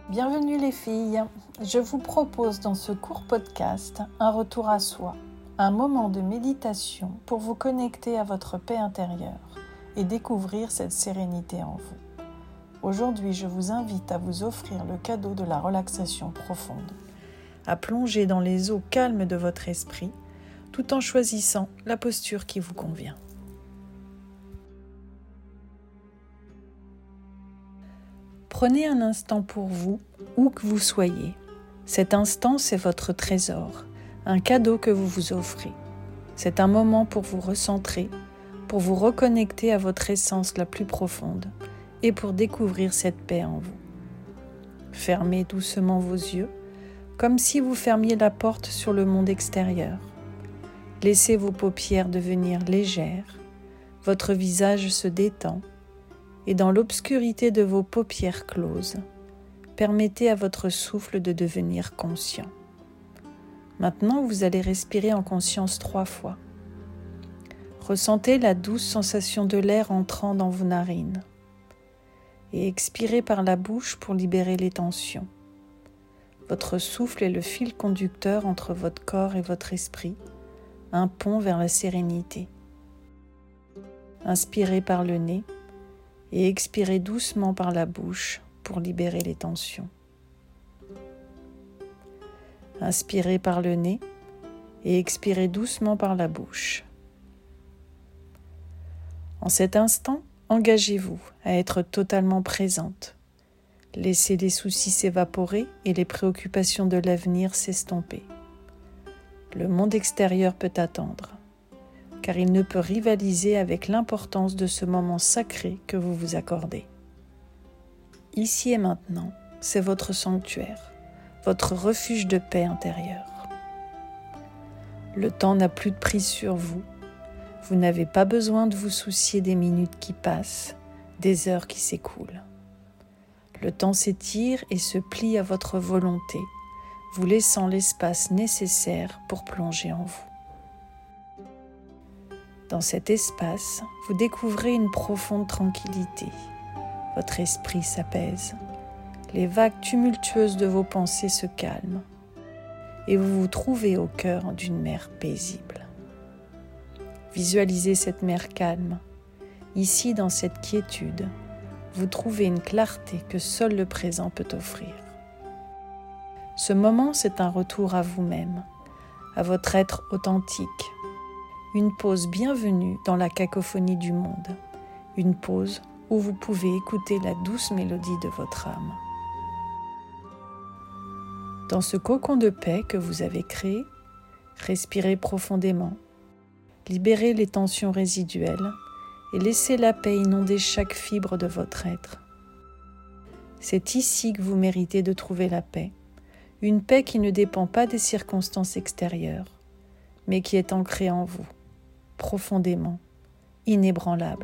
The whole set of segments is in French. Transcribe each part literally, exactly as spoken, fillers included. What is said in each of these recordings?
Bienvenue les filles, je vous propose dans ce court podcast un retour à soi, un moment de méditation pour vous connecter à votre paix intérieure et découvrir cette sérénité en vous. Aujourd'hui, je vous invite à vous offrir le cadeau de la relaxation profonde, à plonger dans les eaux calmes de votre esprit tout en choisissant la posture qui vous convient. Prenez un instant pour vous, où que vous soyez. Cet instant, c'est votre trésor, un cadeau que vous vous offrez. C'est un moment pour vous recentrer, pour vous reconnecter à votre essence la plus profonde et pour découvrir cette paix en vous. Fermez doucement vos yeux, comme si vous fermiez la porte sur le monde extérieur. Laissez vos paupières devenir légères, votre visage se détend, et dans l'obscurité de vos paupières closes, permettez à votre souffle de devenir conscient. Maintenant, vous allez respirer en conscience trois fois. Ressentez la douce sensation de l'air entrant dans vos narines et expirez par la bouche pour libérer les tensions. Votre souffle est le fil conducteur entre votre corps et votre esprit, un pont vers la sérénité. Inspirez par le nez et expirez doucement par la bouche pour libérer les tensions. Inspirez par le nez et expirez doucement par la bouche. En cet instant, engagez-vous à être totalement présente. Laissez les soucis s'évaporer et les préoccupations de l'avenir s'estomper. Le monde extérieur peut attendre, car il ne peut rivaliser avec l'importance de ce moment sacré que vous vous accordez. Ici et maintenant, c'est votre sanctuaire, votre refuge de paix intérieure. Le temps n'a plus de prise sur vous. Vous n'avez pas besoin de vous soucier des minutes qui passent, des heures qui s'écoulent. Le temps s'étire et se plie à votre volonté, vous laissant l'espace nécessaire pour plonger en vous. Dans cet espace, vous découvrez une profonde tranquillité. Votre esprit s'apaise. Les vagues tumultueuses de vos pensées se calment. Et vous vous trouvez au cœur d'une mer paisible. Visualisez cette mer calme. Ici, dans cette quiétude, vous trouvez une clarté que seul le présent peut offrir. Ce moment, c'est un retour à vous-même, à votre être authentique. Une pause bienvenue dans la cacophonie du monde, une pause où vous pouvez écouter la douce mélodie de votre âme. Dans ce cocon de paix que vous avez créé, respirez profondément, libérez les tensions résiduelles et laissez la paix inonder chaque fibre de votre être. C'est ici que vous méritez de trouver la paix, une paix qui ne dépend pas des circonstances extérieures, mais qui est ancrée en vous, profondément, inébranlable.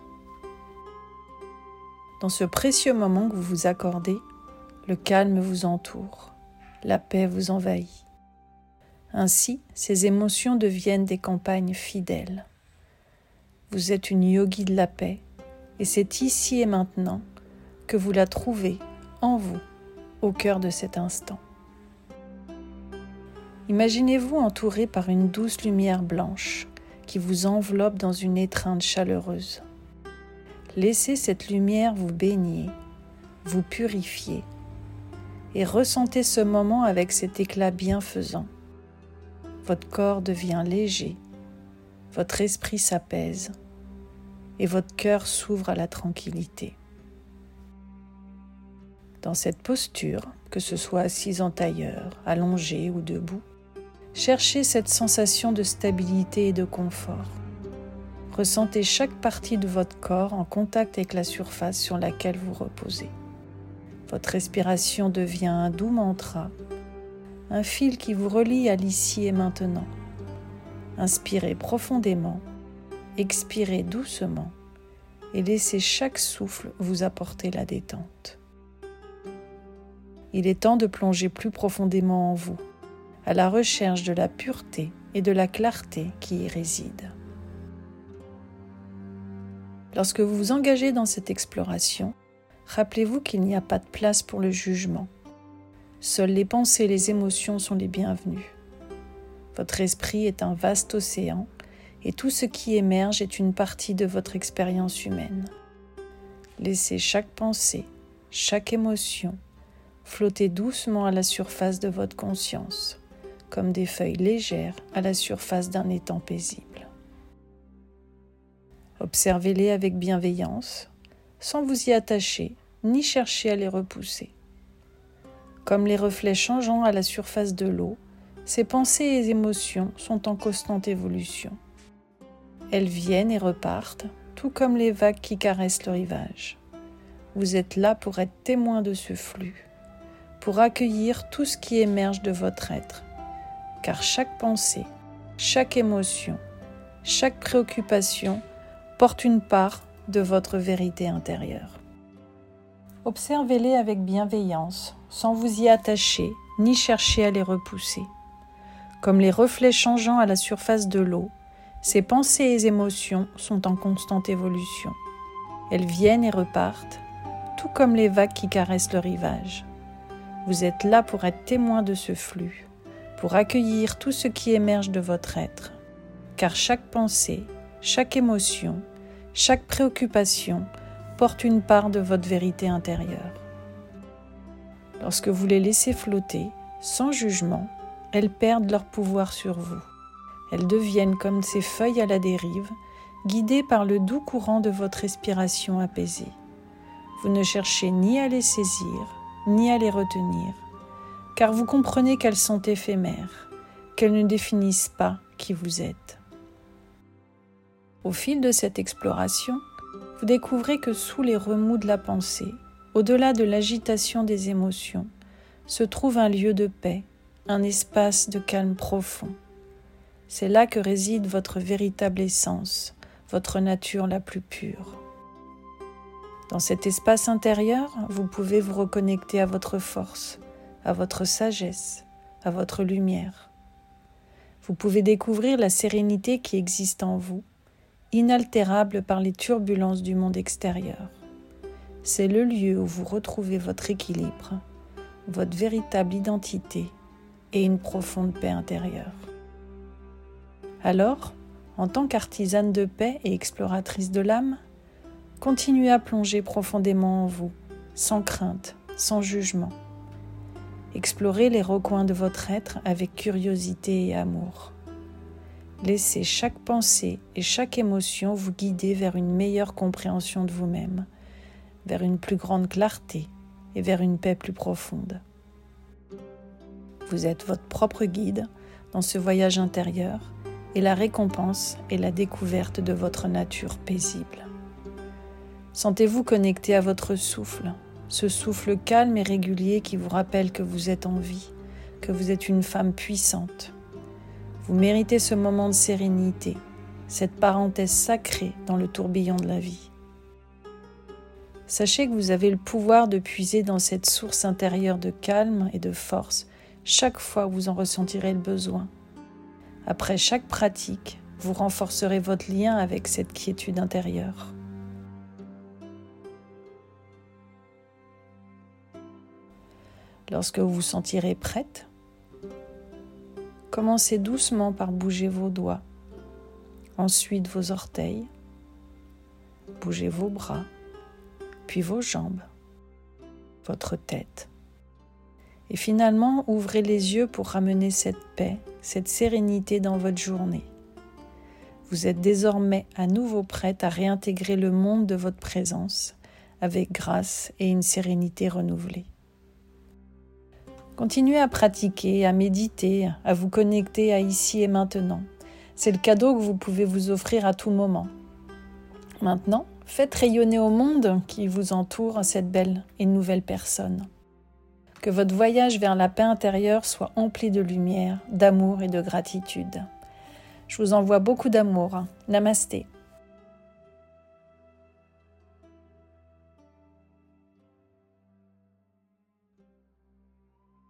Dans ce précieux moment que vous vous accordez, le calme vous entoure, la paix vous envahit. Ainsi, ces émotions deviennent des compagnes fidèles. Vous êtes une yogi de la paix, et c'est ici et maintenant que vous la trouvez en vous, au cœur de cet instant. Imaginez-vous entouré par une douce lumière blanche qui vous enveloppe dans une étreinte chaleureuse. Laissez cette lumière vous baigner, vous purifier et ressentez ce moment avec cet éclat bienfaisant. Votre corps devient léger, votre esprit s'apaise et votre cœur s'ouvre à la tranquillité. Dans cette posture, que ce soit assise en tailleur, allongé ou debout, cherchez cette sensation de stabilité et de confort. Ressentez chaque partie de votre corps en contact avec la surface sur laquelle vous reposez. Votre respiration devient un doux mantra, un fil qui vous relie à l'ici et maintenant. Inspirez profondément, expirez doucement et laissez chaque souffle vous apporter la détente. Il est temps de plonger plus profondément en vous, à la recherche de la pureté et de la clarté qui y résident. Lorsque vous vous engagez dans cette exploration, rappelez-vous qu'il n'y a pas de place pour le jugement. Seules les pensées et les émotions sont les bienvenues. Votre esprit est un vaste océan et tout ce qui émerge est une partie de votre expérience humaine. Laissez chaque pensée, chaque émotion flotter doucement à la surface de votre conscience, comme des feuilles légères à la surface d'un étang paisible. Observez-les avec bienveillance, sans vous y attacher ni chercher à les repousser. Comme les reflets changeants à la surface de l'eau, ces pensées et émotions sont en constante évolution. Elles viennent et repartent, tout comme les vagues qui caressent le rivage. Vous êtes là pour être témoin de ce flux, pour accueillir tout ce qui émerge de votre être, car chaque pensée, chaque émotion, chaque préoccupation porte une part de votre vérité intérieure. Observez-les avec bienveillance, sans vous y attacher ni chercher à les repousser. Comme les reflets changeants à la surface de l'eau, ces pensées et émotions sont en constante évolution. Elles viennent et repartent, tout comme les vagues qui caressent le rivage. Vous êtes là pour être témoin de ce flux, pour accueillir tout ce qui émerge de votre être, car chaque pensée, chaque émotion, chaque préoccupation porte une part de votre vérité intérieure. Lorsque vous les laissez flotter, sans jugement, elles perdent leur pouvoir sur vous. Elles deviennent comme ces feuilles à la dérive, guidées par le doux courant de votre respiration apaisée. Vous ne cherchez ni à les saisir, ni à les retenir, car vous comprenez qu'elles sont éphémères, qu'elles ne définissent pas qui vous êtes. Au fil de cette exploration, vous découvrez que sous les remous de la pensée, au-delà de l'agitation des émotions, se trouve un lieu de paix, un espace de calme profond. C'est là que réside votre véritable essence, votre nature la plus pure. Dans cet espace intérieur, vous pouvez vous reconnecter à votre force, à votre sagesse, à votre lumière. Vous pouvez découvrir la sérénité qui existe en vous, inaltérable par les turbulences du monde extérieur. C'est le lieu où vous retrouvez votre équilibre, votre véritable identité et une profonde paix intérieure. Alors, en tant qu'artisane de paix et exploratrice de l'âme, continuez à plonger profondément en vous, sans crainte, sans jugement. Explorez les recoins de votre être avec curiosité et amour. Laissez chaque pensée et chaque émotion vous guider vers une meilleure compréhension de vous-même, vers une plus grande clarté et vers une paix plus profonde. Vous êtes votre propre guide dans ce voyage intérieur et la récompense est la découverte de votre nature paisible. Sentez-vous connecté à votre souffle, ce souffle calme et régulier qui vous rappelle que vous êtes en vie, que vous êtes une femme puissante. Vous méritez ce moment de sérénité, cette parenthèse sacrée dans le tourbillon de la vie. Sachez que vous avez le pouvoir de puiser dans cette source intérieure de calme et de force chaque fois que vous en ressentirez le besoin. Après chaque pratique, vous renforcerez votre lien avec cette quiétude intérieure. Lorsque vous vous sentirez prête, commencez doucement par bouger vos doigts, ensuite vos orteils, bougez vos bras, puis vos jambes, votre tête. Et finalement, ouvrez les yeux pour ramener cette paix, cette sérénité dans votre journée. Vous êtes désormais à nouveau prête à réintégrer le monde de votre présence avec grâce et une sérénité renouvelée. Continuez à pratiquer, à méditer, à vous connecter à ici et maintenant. C'est le cadeau que vous pouvez vous offrir à tout moment. Maintenant, faites rayonner au monde qui vous entoure cette belle et nouvelle personne. Que votre voyage vers la paix intérieure soit empli de lumière, d'amour et de gratitude. Je vous envoie beaucoup d'amour. Namasté.